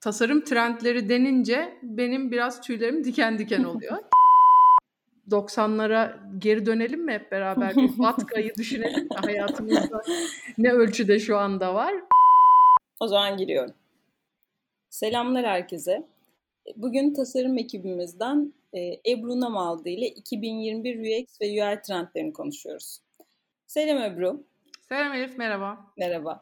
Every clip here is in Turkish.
Tasarım trendleri denince benim biraz tüylerim diken diken oluyor. 90'lara geri dönelim mi hep beraber? Bir Batka'yı düşünelim mi? Hayatımızda ne ölçüde şu anda var? O zaman giriyorum. Selamlar herkese. Bugün tasarım ekibimizden Ebru Namaldı ile 2021 UX ve UI trendlerini konuşuyoruz. Selam Ebru. Selam Elif, merhaba. Merhaba.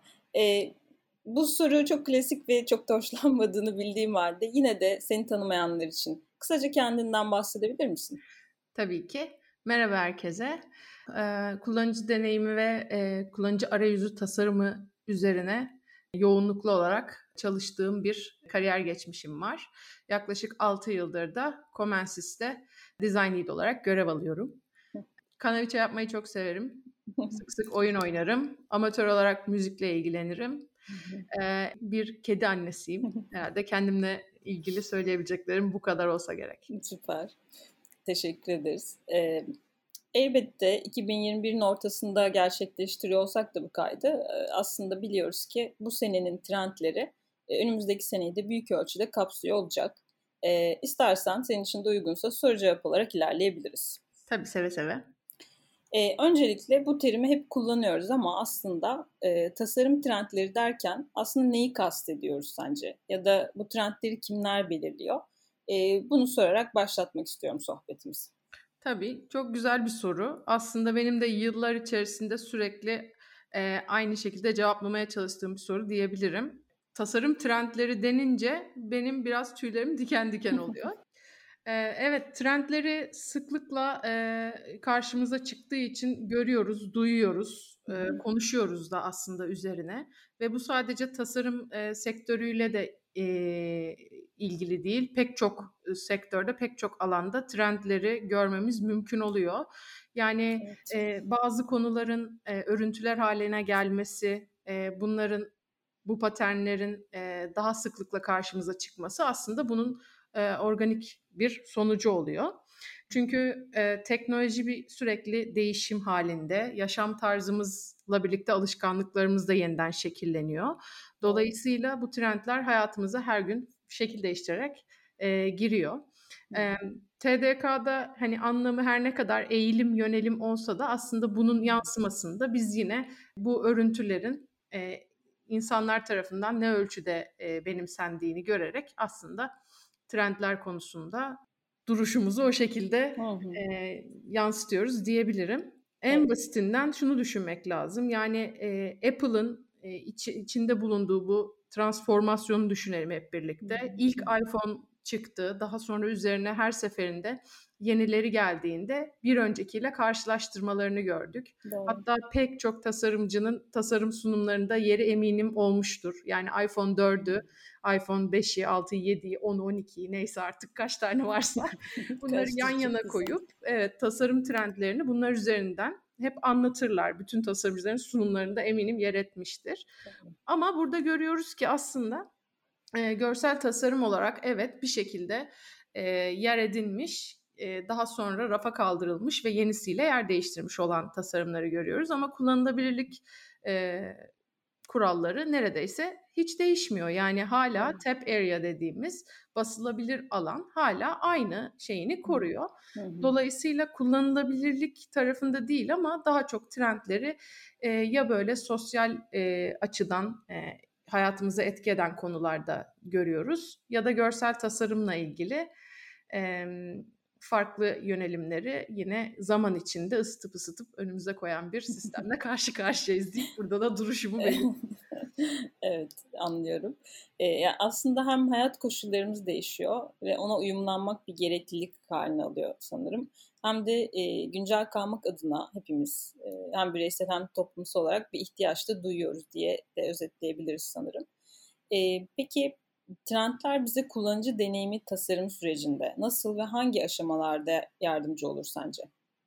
Bu soru çok klasik ve çok da hoşlanmadığını bildiğim halde yine de seni tanımayanlar için kısaca kendinden bahsedebilir misin? Tabii ki. Merhaba herkese. Kullanıcı deneyimi ve kullanıcı arayüzü tasarımı üzerine yoğunluklu olarak çalıştığım bir kariyer geçmişim var. Yaklaşık 6 yıldır da Comensys'te Design Lead olarak görev alıyorum. Kanaviçe yapmayı çok severim. Sık sık oyun oynarım. Amatör olarak müzikle ilgilenirim. Bir kedi annesiyim. Herhalde kendimle ilgili söyleyebileceklerim bu kadar olsa gerek. Süper. Teşekkür ederiz. Elbette 2021'in ortasında gerçekleştiriyor olsak da bu kaydı aslında biliyoruz ki bu senenin trendleri önümüzdeki seneyi de büyük ölçüde kapsıyor olacak. İstersen senin için de uygunsa soru cevap olarak ilerleyebiliriz. Tabii seve seve. Öncelikle bu terimi hep kullanıyoruz ama aslında tasarım trendleri derken aslında neyi kastediyoruz sence? Ya da bu trendleri kimler belirliyor? Bunu sorarak başlatmak istiyorum sohbetimizi. Tabii, çok güzel bir soru. Aslında benim de yıllar içerisinde sürekli aynı şekilde cevaplamaya çalıştığım bir soru diyebilirim. Tasarım trendleri denince benim biraz tüylerim diken diken oluyor. Evet, trendleri sıklıkla karşımıza çıktığı için görüyoruz, duyuyoruz, konuşuyoruz da aslında üzerine. Ve bu sadece tasarım sektörüyle de ilgili değil. Pek çok sektörde, pek çok alanda trendleri görmemiz mümkün oluyor. Yani Evet. bazı konuların örüntüler haline gelmesi, bu paternlerin daha sıklıkla karşımıza çıkması aslında bunun organik bir sonucu oluyor. Çünkü teknoloji bir sürekli değişim halinde, yaşam tarzımızla birlikte alışkanlıklarımız da yeniden şekilleniyor. Dolayısıyla bu trendler hayatımıza her gün şekil değiştirerek giriyor. TDK'da hani anlamı her ne kadar eğilim yönelim olsa da aslında bunun yansımasında biz yine bu örüntülerin insanlar tarafından ne ölçüde benimsendiğini görerek aslında trendler konusunda duruşumuzu o şekilde yansıtıyoruz diyebilirim. En basitinden şunu düşünmek lazım. Yani Apple'ın içinde bulunduğu bu transformasyonu düşünelim hep birlikte. İlk iPhone çıktı. Daha sonra üzerine her seferinde yenileri geldiğinde bir öncekiyle karşılaştırmalarını gördük. Doğru. Hatta pek çok tasarımcının tasarım sunumlarında yeri eminim olmuştur. Yani iPhone 4'ü, iPhone 5'i, 6'yı, 7'yi, 10'u, 12'yi neyse artık kaç tane varsa bunları yan yana koyup evet tasarım trendlerini bunlar üzerinden hep anlatırlar. Bütün tasarımcıların sunumlarında eminim yer etmiştir. Ama burada görüyoruz ki aslında görsel tasarım olarak evet bir şekilde yer edinmiş, daha sonra rafa kaldırılmış ve yenisiyle yer değiştirmiş olan tasarımları görüyoruz. Ama kullanılabilirlik kuralları neredeyse hiç değişmiyor. Yani hala tap area dediğimiz basılabilir alan hala aynı şeyini koruyor. Dolayısıyla kullanılabilirlik tarafında değil ama daha çok trendleri ya böyle sosyal açıdan hayatımıza etki eden konularda görüyoruz ya da görsel tasarımla ilgili farklı yönelimleri yine zaman içinde ısıtıp önümüze koyan bir sistemle karşı karşıyayız deyip burada da duruşumu belirtiyorum. Evet, anlıyorum. Yani aslında hem hayat koşullarımız değişiyor ve ona uyumlanmak bir gereklilik haline alıyor sanırım. Hem de güncel kalmak adına hepimiz hem bireysel hem toplumsal olarak bir ihtiyaç da duyuyoruz diye de özetleyebiliriz sanırım. Peki trendler bize kullanıcı deneyimi tasarım sürecinde nasıl ve hangi aşamalarda yardımcı olur sence?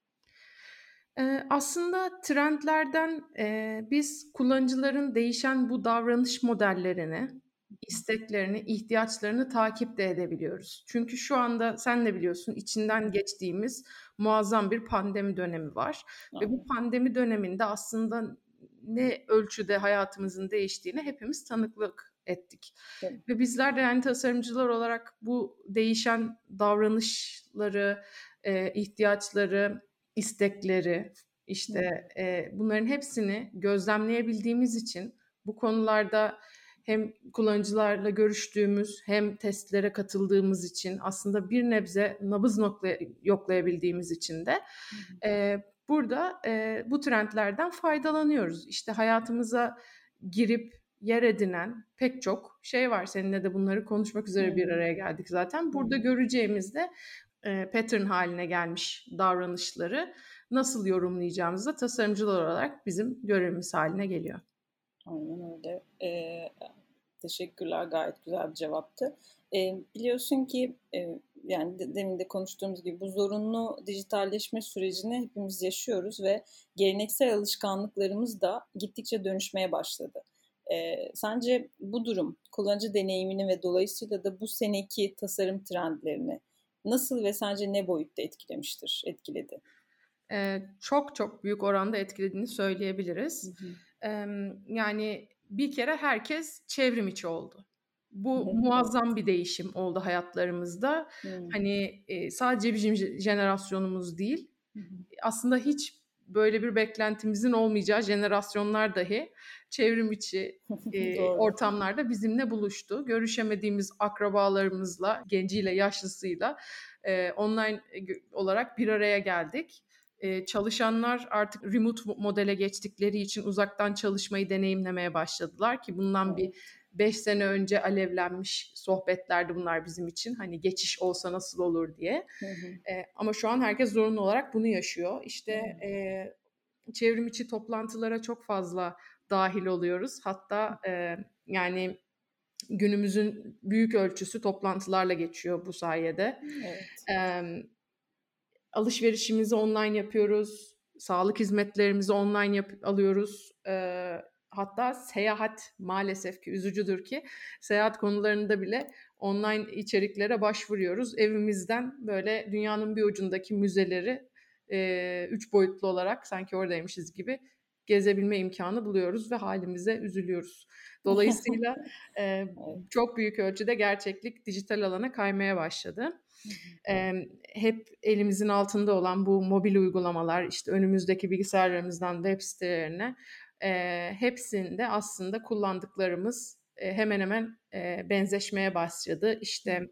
Aslında trendlerden biz kullanıcıların değişen bu davranış modellerini, isteklerini, ihtiyaçlarını takip de edebiliyoruz. Çünkü şu anda sen de biliyorsun içinden geçtiğimiz muazzam bir pandemi dönemi var. Ve bu pandemi döneminde aslında ne ölçüde hayatımızın değiştiğine hepimiz tanıklık ettik. Tabii. Ve bizler de yani tasarımcılar olarak bu değişen davranışları, ihtiyaçları, istekleri, Hı işte, bunların hepsini gözlemleyebildiğimiz için bu konularda hem kullanıcılarla görüştüğümüz hem testlere katıldığımız için aslında bir nebze nabız yoklayabildiğimiz için de, hı. burada, bu trendlerden faydalanıyoruz. İşte, hayatımıza girip yer edinen pek çok şey var. Seninle de bunları konuşmak Hı üzere bir hı. araya geldik zaten. Hı Burada hı. göreceğimiz de, pattern hâline gelmiş davranışları nasıl yorumlayacağımız da tasarımcılar olarak bizim görevimiz hâline geliyor. Aynen öyle. Teşekkürler, gayet güzel bir cevaptı. Biliyorsun ki, yani, demin de konuştuğumuz gibi bu zorunlu dijitalleşme sürecini hepimiz yaşıyoruz ve geleneksel alışkanlıklarımız da gittikçe dönüşmeye başladı. Sence bu durum kullanıcı deneyimini ve dolayısıyla da bu seneki tasarım trendlerini nasıl ve sence ne boyutta etkiledi? Çok çok büyük oranda etkilediğini Hı söyleyebiliriz. hı. Yani bir kere herkes çevrim içi oldu. Hı Bu hı. Evet. muazzam bir değişim oldu hayatlarımızda. Hıı. Hani, sadece bizim jenerasyonumuz değil, Hı hı. aslında hiç böyle bir beklentimizin olmayacağı jenerasyonlar dahi çevrim içi, Doğru. ortamlarda bizimle buluştu. Görüşemediğimiz akrabalarımızla, genciyle, yaşlısıyla, online, olarak bir araya geldik. Çalışanlar artık remote modele geçtikleri için uzaktan çalışmayı deneyimlemeye başladılar ki bundan bir Evet. 5 sene önce alevlenmiş sohbetlerdi bunlar bizim için. Hani geçiş olsa nasıl olur diye. Hı hı. Ama şu an herkes zorunlu olarak bunu yaşıyor. Hı İşte, hı. çevrim içi toplantılara çok fazla dâhil oluyoruz. Hatta, yani günümüzün büyük ölçüsü toplantılarla geçiyor bu sayede. Evet. Emm Alışverişimizi online yapıyoruz, sağlık hizmetlerimizi online alıyoruz. Hatta seyahat maalesef ki üzücüdür ki seyahat konularında bile online içeriklere başvuruyoruz. Evimizden böyle dünyanın bir ucundaki müzeleri, 3 boyutlu olarak sanki oradaymışız gibi gezebilme imkânı buluyoruz ve hâlimize üzülüyoruz. Dolayısıyla, Evet. çok büyük ölçüde gerçeklik dijital alana kaymaya başladı. Hı hı. Hep elimizin altında olan bu mobil uygulamalar, işte, önümüzdeki bilgisayarlarımızdan web sitelerine, hepsinde aslında kullandıklarımız, hemen hemen, benzeşmeye başladı. Hı hı. İşte,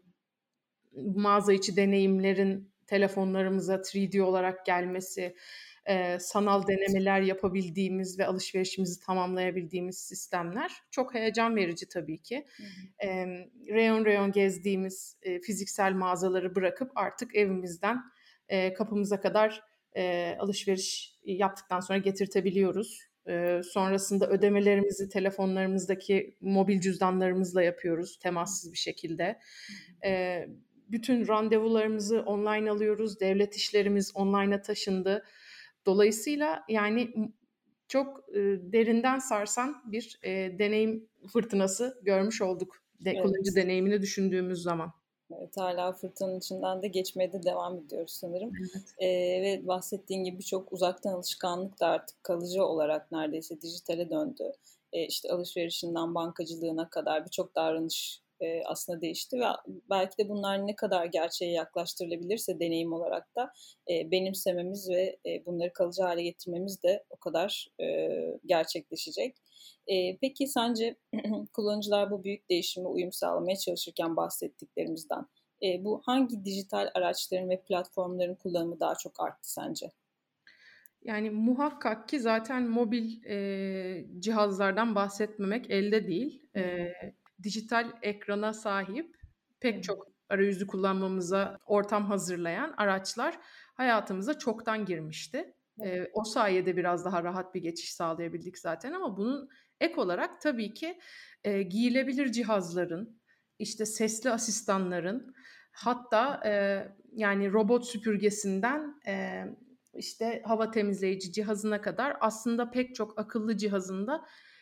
mağaza içi deneyimlerin telefonlarımıza 3D olarak gelmesi, sanal Evet. denemeler yapabildiğimiz ve alışverişimizi tamamlayabildiğimiz sistemler çok heyecan verici tabii ki. Hı hı. Reyon reyon gezdiğimiz, fiziksel mağazaları bırakıp artık evimizden, kapımıza kadar, alışveriş yaptıktan sonra getirtebiliyoruz. Sonrasında ödemelerimizi telefonlarımızdaki mobil cüzdanlarımızla yapıyoruz temassız bir şekilde. Hı hı. Eee, Bütün randevularımızı online alıyoruz. Devlet işlerimiz online'a taşındı. Dolayısıyla, yani, çok, derinden sarsan bir, deneyim fırtınası görmüş olduk kullanıcı Evet. deneyimini düşündüğümüz zaman. Evet, hâlâ fırtınanın içinden de geçmeye de devam ediyoruz sanırım. Evet. Ve bahsettiğin gibi birçok uzaktan alışkanlık da artık kalıcı olarak neredeyse dijitale döndü. İşte, alışverişinden bankacılığına kadar birçok davranış, aslında değişti ve belki de bunlar ne kadar gerçeğe yaklaştırılabilirse deneyim olarak da, benimsememiz ve, bunları kalıcı hâle getirmemiz de o kadar, gerçekleşecek. Peki sence kullanıcılar bu büyük değişime uyum sağlamaya çalışırken bahsettiklerimizden, bu hangi dijital araçların ve platformların kullanımı daha çok arttı sence? Yani, muhakkak ki zaten mobil, cihazlardan bahsetmemek elde değil. Hı hı. Dijital ekrana sahip Hı pek hı. çok arayüzü kullanmamıza ortam hazırlayan araçlar hayatımıza çoktan girmişti. Evet. O sayede biraz daha rahat bir geçiş sağlayabildik zaten ama bunun ek olarak tabii ki, giyilebilir cihazların, işte, sesli asistanların hatta, yani, robot süpürgesinden, işte, hava temizleyici cihazına kadar aslında pek çok akıllı cihazın da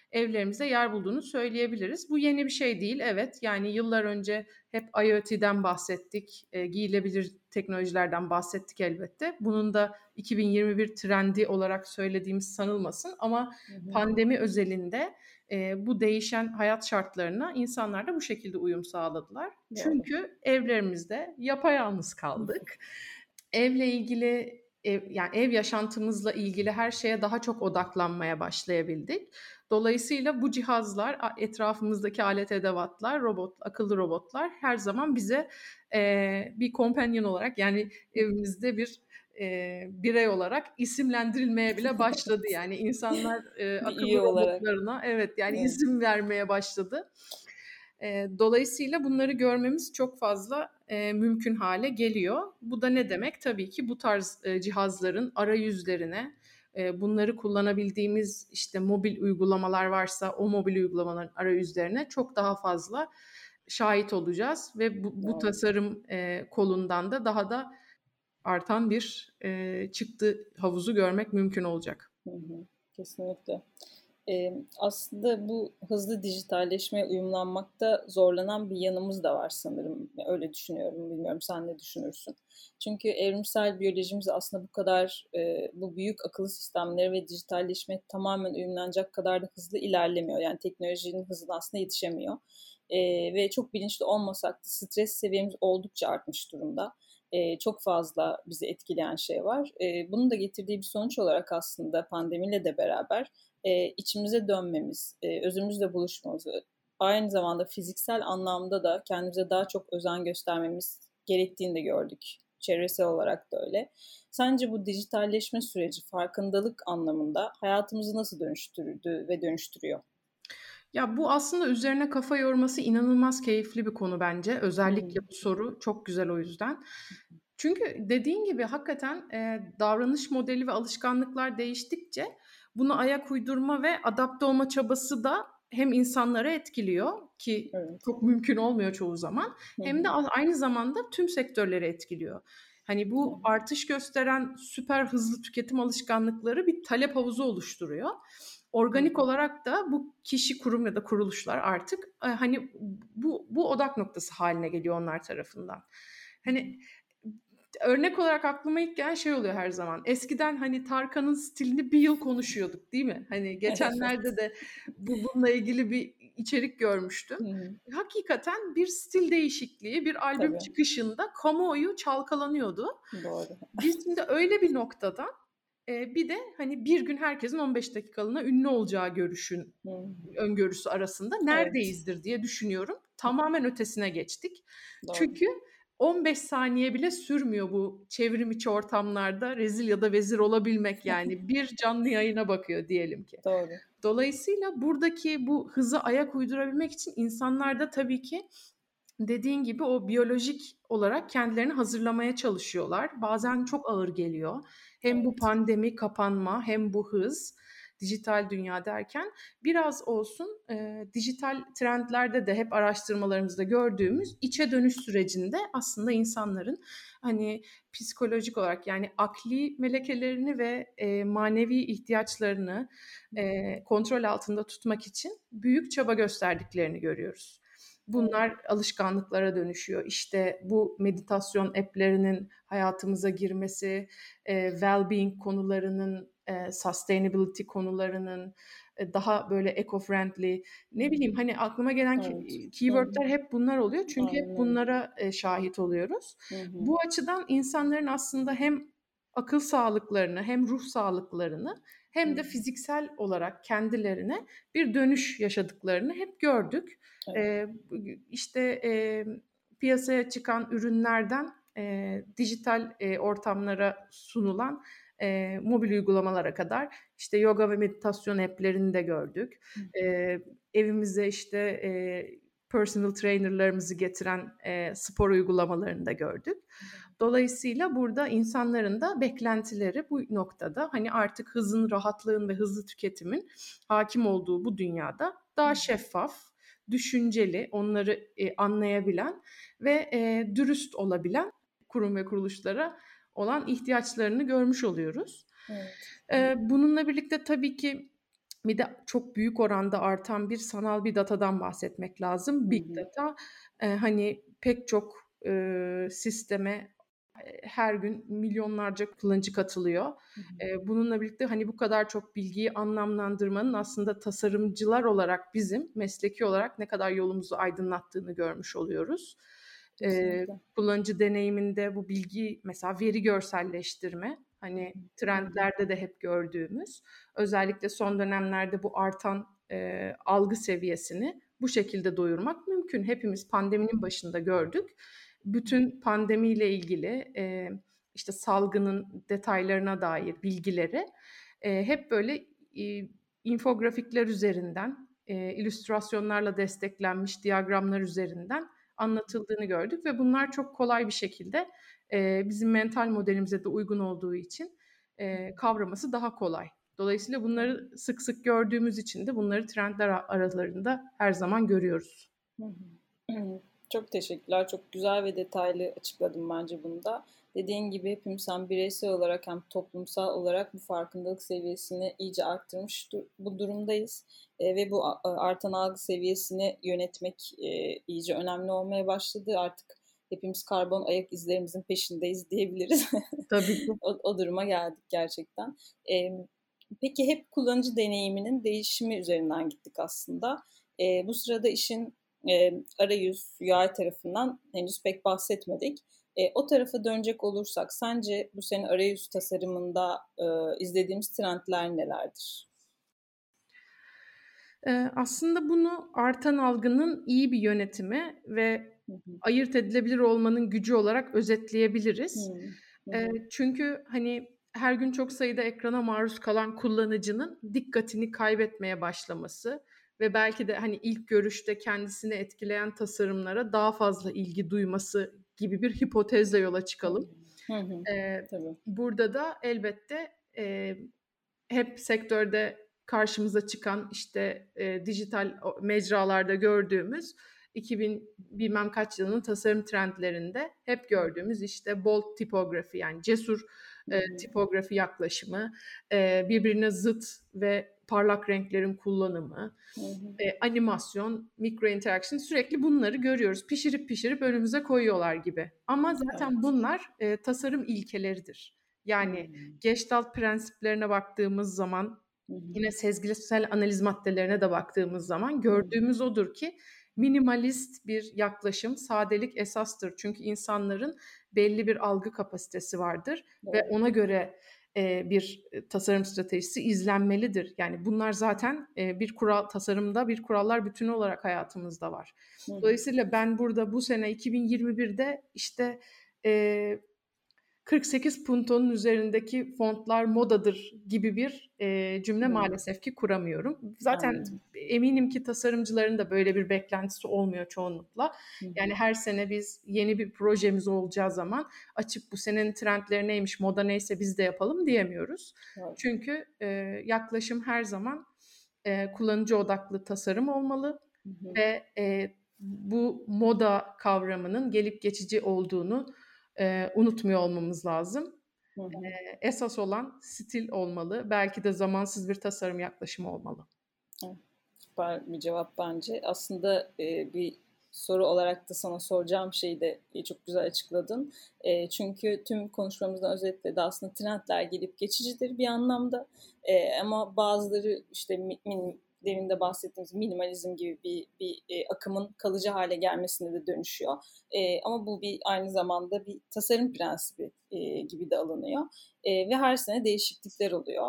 evlerimizde yer bulduğunu söyleyebiliriz. Bu yeni bir şey değil. Evet, yani yıllar önce hep IoT'den bahsettik, giyilebilir teknolojilerden bahsettik elbette. Bunun da 2021 trendi olarak söylediğimiz sanılmasın ama Hı hı. pandemi özelinde, bu değişen hayat şartlarına insanlar da bu şekilde uyum sağladılar. Doğru. Çünkü evlerimizde yapayalnız kaldık. Evle ilgili, yani ev yaşantımızla ilgili her şeye daha çok odaklanmaya başlayabildik. Dolayısıyla bu cihazlar, etrafımızdaki alet edevatlar, akıllı robotlar her zaman bize, bir companion olarak, yani evimizde bir, birey olarak isimlendirilmeye bile başladı. Yani insanlar, Bir akıllı üye olarak. robotlarına, evet, yani Evet. isim vermeye başladı. Dolayısıyla bunları görmemiz çok fazla, mümkün hale geliyor. Bu da ne demek? Tabii ki bu tarz, cihazların arayüzlerine, bunları kullanabildiğimiz, işte, mobil uygulamalar varsa o mobil uygulamaların arayüzlerine çok daha fazla şahit olacağız ve bu Doğru. tasarım, kolundan da daha da artan bir, çıktı havuzu görmek mümkün olacak. Hı hı. Kesinlikle. Aslında bu hızlı dijitalleşmeye uyumlanmakta zorlanan bir yanımız da var sanırım. Öyle düşünüyorum. Bilmiyorum sen ne düşünürsün? Çünkü evrimsel biyolojimiz aslında bu kadar bu büyük akıllı sistemleri ve dijitalleşmeye tamamen uyumlanacak kadar da hızlı ilerlemiyor. Yani teknolojinin hızına aslında yetişemiyor. Ve çok bilinçli olmasak da stres seviyemiz oldukça artmış durumda. Çok fazla bizi etkileyen şey var. Bunun da getirdiği bir sonuç olarak aslında pandemiyle de beraber içimize dönmemiz, özümüzle buluşmamız ve aynı zamanda fiziksel anlamda da kendimize daha çok özen göstermemiz gerektiğini de gördük. Çevresel olarak da öyle. Sence bu dijitalleşme süreci farkındalık anlamında hayatımızı nasıl dönüştürdü ve dönüştürüyor? Ya, bu aslında üzerine kafa yorması inanılmaz keyifli bir konu bence. Hı hı. Özellikle bu soru çok güzel o yüzden. Çünkü dediğin gibi hakikaten, davranış modeli ve alışkanlıklar değiştikçe buna ayak uydurma ve adapte olma çabası da hem insanları etkiliyor ki Evet. çok mümkün olmuyor çoğu zaman Hı hem de hı. aynı zamanda tüm sektörleri etkiliyor. Hani, bu Evet. artış gösteren süper hızlı tüketim alışkanlıkları bir talep havuzu oluşturuyor. Hı Organik hı. olarak da bu kişi, kurum ya da kuruluşlar artık, hani, bu odak noktası hâline geliyor onlar tarafından. Hani, örnek olarak aklıma ilk gelen şey oluyor her zaman. Eskiden, hani, Tarkan'ın stilini bir yıl konuşuyorduk, değil mi? Hani, geçenlerde Evet. de bununla ilgili bir içerik görmüştüm. Hı hı. Hakikaten bir stil değişikliği, bir albüm Tabii. çıkışında kamuoyu çalkalanıyordu. Doğru. Biz şimdi öyle bir noktadan, bir de, hani, bir gün herkesin 15 dakikalığına ünlü olacağı Hı hı. öngörüsü arasında Evet. neredeyizdir diye düşünüyorum. Tamamen ötesine geçtik. Doğru. Çünkü 15 saniye bile sürmüyor bu çevrim içi ortamlarda rezil ya da vezir olabilmek, yani. Bir canlı yayına bakıyor diyelim ki. Doğru. Dolayısıyla buradaki bu hıza ayak uydurabilmek için insanlar da tabii ki dediğin gibi o biyolojik olarak kendilerini hazırlamaya çalışıyorlar. Bazen çok ağır geliyor. Hem bu Evet. pandemi, kapanma hem bu hız, dijital dünya derken biraz olsun, dijital trendlerde de hep araştırmalarımızda gördüğümüz içe dönüş sürecinde aslında insanların, hani, psikolojik olarak, yani akli melekelerini ve, manevi ihtiyaçlarını, kontrol altında tutmak için büyük çaba gösterdiklerini görüyoruz. Doğru. Bunlar alışkanlıklara dönüşüyor. İşte, bu meditasyon app'lerinin hayatımıza girmesi, well-being konularının, sustainability konularının, daha böyle eco-friendly, ne bileyim, hani, aklıma gelen Evet. Hı hı. keyword'ler hep bunlar oluyor. Çünkü hep Aynen öyle. bunlara, şahit oluyoruz. Hı hı. Bu açıdan insanların aslında hem akıl sağlıklarını hem ruh sağlıklarını Hı hem de hı. fiziksel olarak kendilerine bir dönüş yaşadıklarını hep gördük. Evet. İşte, piyasaya çıkan ürünlerden, dijital, ortamlara sunulan, mobil uygulamalara kadar, işte, yoga ve meditasyon app'lerini de gördük. Hı Evimize, işte, personal trainer'larımızı getiren, spor uygulamalarını da gördük. Dolayısıyla burada insanların da beklentileri bu noktada, hani, artık hızın, rahatlığın ve hızlı tüketimin hâkim olduğu bu dünyada hı. daha şeffaf, düşünceli, onları, anlayabilen ve, dürüst olabilen kurum ve kuruluşlara olan ihtiyaçlarını görmüş oluyoruz. Evet. Bununla birlikte tabii ki Bir de çok büyük oranda artan bir sanal bir datadan bahsetmek lazım. Hı Big hı. data, hani, pek çok, sisteme, her gün milyonlarca kullanıcı katılıyor. Hı hı. Bununla birlikte, hani, bu kadar çok bilgiyi anlamlandırmanın aslında tasarımcılar olarak bizim, mesleki olarak ne kadar yolumuzu aydınlattığını görmüş oluyoruz. Kesinlikle. Kullanıcı deneyiminde bu bilgi mesela veri görselleştirme, Hı hani, hı. Hı hı. trendlerde de hep gördüğümüz, özellikle son dönemlerde bu artan, algı seviyesini bu şekilde doyurmak mümkün. Hepimiz pandeminin başında gördük. Bütün pandemiyle ilgili, işte, salgının detaylarına dair bilgileri, hep böyle, infografikler üzerinden, illüstrasyonlarla desteklenmiş diyagramlar üzerinden anlatıldığını gördük ve bunlar çok kolay bir şekilde, bizim mental modelimize de uygun olduğu için, kavraması daha kolay. Dolayısıyla bunları sık sık gördüğümüz için de bunları trendler aralarında her zaman görüyoruz. Hı hı. Çok teşekkürler. Çok güzel ve detaylı açıkladın bence bunu da. Dediğin gibi hepimiz hem bireysel olarak hem toplumsal olarak bu farkındalık seviyesini iyice arttırmış bu durumdayız. Ve bu artan algı seviyesini yönetmek iyice önemli olmaya başladı. Artık hepimiz karbon ayak izlerimizin peşindeyiz diyebiliriz. Tabii ki. O duruma geldik gerçekten. Peki hep kullanıcı deneyiminin değişimi üzerinden gittik aslında. Bu sırada işin arayüz, UI tarafından henüz pek bahsetmedik. O tarafa dönecek olursak sence bu sene arayüz tasarımında izlediğimiz trendler nelerdir? Aslında bunu artan algının iyi bir yönetimi ve Hı hı. ayırt edilebilir olmanın gücü olarak özetleyebiliriz. Hımm. Hı hı. Çünkü, hani, her gün çok sayıda ekrana maruz kalan kullanıcının dikkatini kaybetmeye başlaması ve belki de, hani, ilk görüşte kendisini etkileyen tasarımlara daha fazla ilgi duyması gibi bir hipotezle yola çıkalım. Hı hı. Eee, Tabii. burada da elbette, hep sektörde karşımıza çıkan, işte, dijital mecralarda gördüğümüz 2000 bilmem kaç yılının tasarım trendlerinde hep gördüğümüz, işte, bold tipografi yani cesur, Hı hı. tipografi yaklaşımı, birbirine zıt ve parlak renklerin kullanımı, Hı hı. animasyon, micro interaction sürekli bunları görüyoruz. Pişirip pişirip önümüze koyuyorlar gibi. Ama zaten Evet. bunlar, tasarım ilkeleridir. Yani Hımm. Gestalt prensiplerine baktığımız zaman, Hı hı. yine sezgisel analiz maddelerine de baktığımız zaman Hı hı. gördüğümüz odur ki minimalist bir yaklaşım, sadelik esastır. Çünkü insanların belli bir algı kapasitesi vardır ve Doğru. ona göre, bir, tasarım stratejisi izlenmelidir. Yani bunlar zaten, bir kural tasarımda bir kurallar bütünü olarak hayatımızda var. Hı hı. Dolayısıyla ben burada bu sene 2021'de, işte, eee 48 puntonun üzerindeki fontlar modadır gibi bir, cümle Hımm. maalesef ki kuramıyorum. Zaten Anladım. eminim ki tasarımcıların da böyle bir beklentisi olmuyor çoğunlukla. Hı Yani hı. her sene biz yeni bir projemiz olacağı zaman açıp bu senenin trendleri neymiş, moda neyse biz de yapalım diyemiyoruz. Doğru. Çünkü, yaklaşım her zaman, kullanıcı odaklı tasarım olmalı Hı hı. ve, bu moda kavramının gelip geçici olduğunu, unutmuyor olmamız lazım. Hı hı. Esas olan stil olmalı. Belki de zamansız bir tasarım yaklaşımı olmalı. Evet, süper bir cevap bence. Aslında, bir soru olarak da sana soracağım şeyi de, çok güzel açıkladın. Çünkü tüm konuşmamızdan özetle de aslında trendler gelip geçicidir bir anlamda. Ama bazıları, işte, demin de bahsettiğimiz minimalizm gibi bir akımın kalıcı hale gelmesine de dönüşüyor. Ama bu aynı zamanda bir tasarım prensibi, gibi de alınıyor, ve her sene değişiklikler oluyor.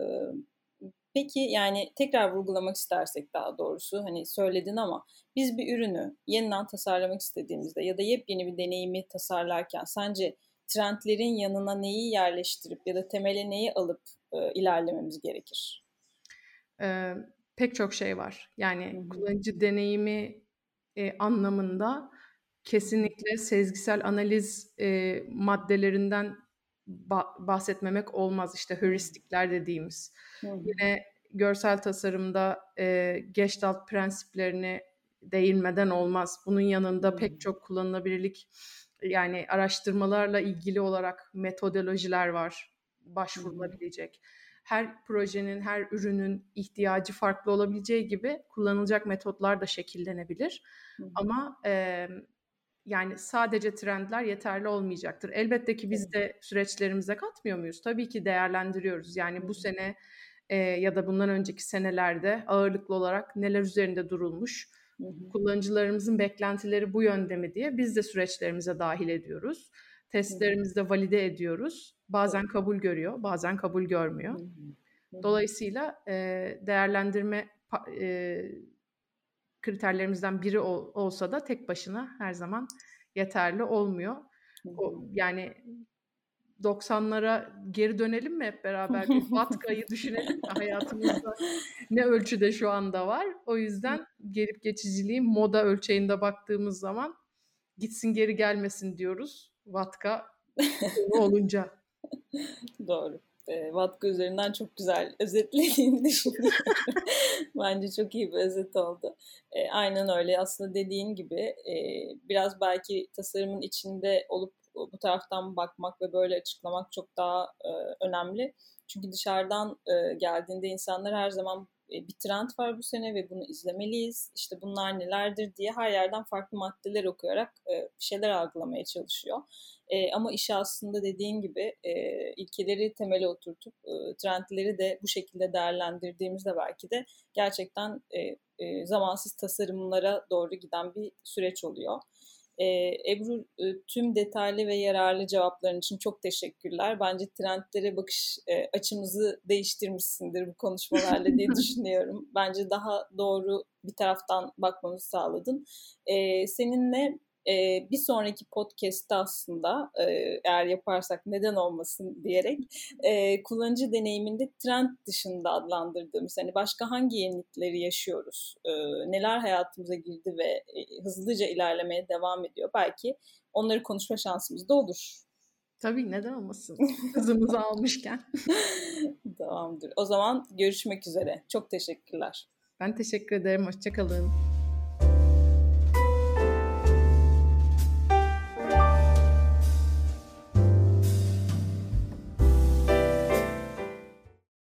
Peki, yani, tekrar vurgulamak istersek daha doğrusu, hani, söyledin ama biz bir ürünü yeniden tasarlamak istediğimizde ya da yepyeni bir deneyimi tasarlarken sence trendlerin yanına neyi yerleştirip ya da temele neyi alıp, ilerlememiz gerekir? Eee, pek çok şey var. Hı Yani hı. kullanıcı deneyimi, anlamında Hı hı. kesinlikle sezgisel analiz, maddelerinden bahsetmemek olmaz. İşte Hı. heuristikler dediğimiz. Hı hı. Yine görsel tasarımda, Gestalt prensiplerine değinmeden olmaz. Bunun yanında Hıı. pek çok kullanılabilirlik, yani araştırmalarla ilgili olarak metodolojiler var Hı hı. başvurulabilecek. her projenin, her ürünün ihtiyacı farklı olabileceği gibi kullanılacak metotlar da şekillenebilir. Hı hı. Ama, yani sadece trendler yeterli olmayacaktır. Elbette ki biz Evet. de süreçlerimize katmıyor muyuz? Tabii ki değerlendiriyoruz. Hı Yani bu hı. sene, ya da bundan önceki senelerde ağırlıklı olarak neler üzerinde durulmuş, Hı hı. kullanıcılarımızın beklentileri bu yönde mi diye biz de süreçlerimize dâhil ediyoruz. Hı hı. Testlerimizde valide ediyoruz. Evet. Bazen kabul görüyor, bazen kabul Hı görmüyor. hı. Hı hı. Dolayısıyla, değerlendirme kriterlerimizden biri olsa da tek başına her zaman yeterli olmuyor. Hı hı. Yani 90'lara geri dönelim mi hep beraber? Bir Vatka'yı düşünelim mi? Hayatımızda ne ölçüde şu anda var? O yüzden gelip geçiciliğin moda ölçeğinde baktığımız zaman gitsin geri gelmesin diyoruz Vatka konu olunca. Doğru. Vatka üzerinden çok güzel özetlediğini düşünüyorum. Bence çok iyi bir özet oldu. Aynen öyle. Aslında dediğin gibi biraz belki tasarımın içinde olup bu taraftan bakmak ve böyle açıklamak çok daha önemli. Çünkü dışarıdan geldiğinde insanlar her zaman bir trend var bu sene ve bunu izlemeliyiz. İşte bunlar nelerdir diye her yerden farklı maddeler okuyarak bir şeyler algılamaya çalışıyor. Ama işi aslında dediğin gibi ilkeleri temele oturtup trendleri de bu şekilde değerlendirdiğimizde belki de gerçekten zamansız tasarımlara doğru giden bir süreç oluyor. Ebru, tüm detaylı ve yararlı cevapların için çok teşekkürler. Bence trendlere bakış açımızı değiştirmişsindir bu konuşmalarla diye düşünüyorum. Bence daha doğru bir taraftan bakmamızı sağladın. Seninle bir sonraki podcast'te aslında eğer yaparsak neden olmasın diyerek kullanıcı deneyiminde trend dışında adlandırdığımız hani başka hangi yenilikleri yaşıyoruz, neler hayatımıza girdi ve hızlıca ilerlemeye devam ediyor. Belki onları konuşma şansımız da olur. Tabii, neden olmasın? Hızımızı almışken. Tamamdır. O zaman görüşmek üzere. Çok teşekkürler. Ben teşekkür ederim. Hoşça kalın.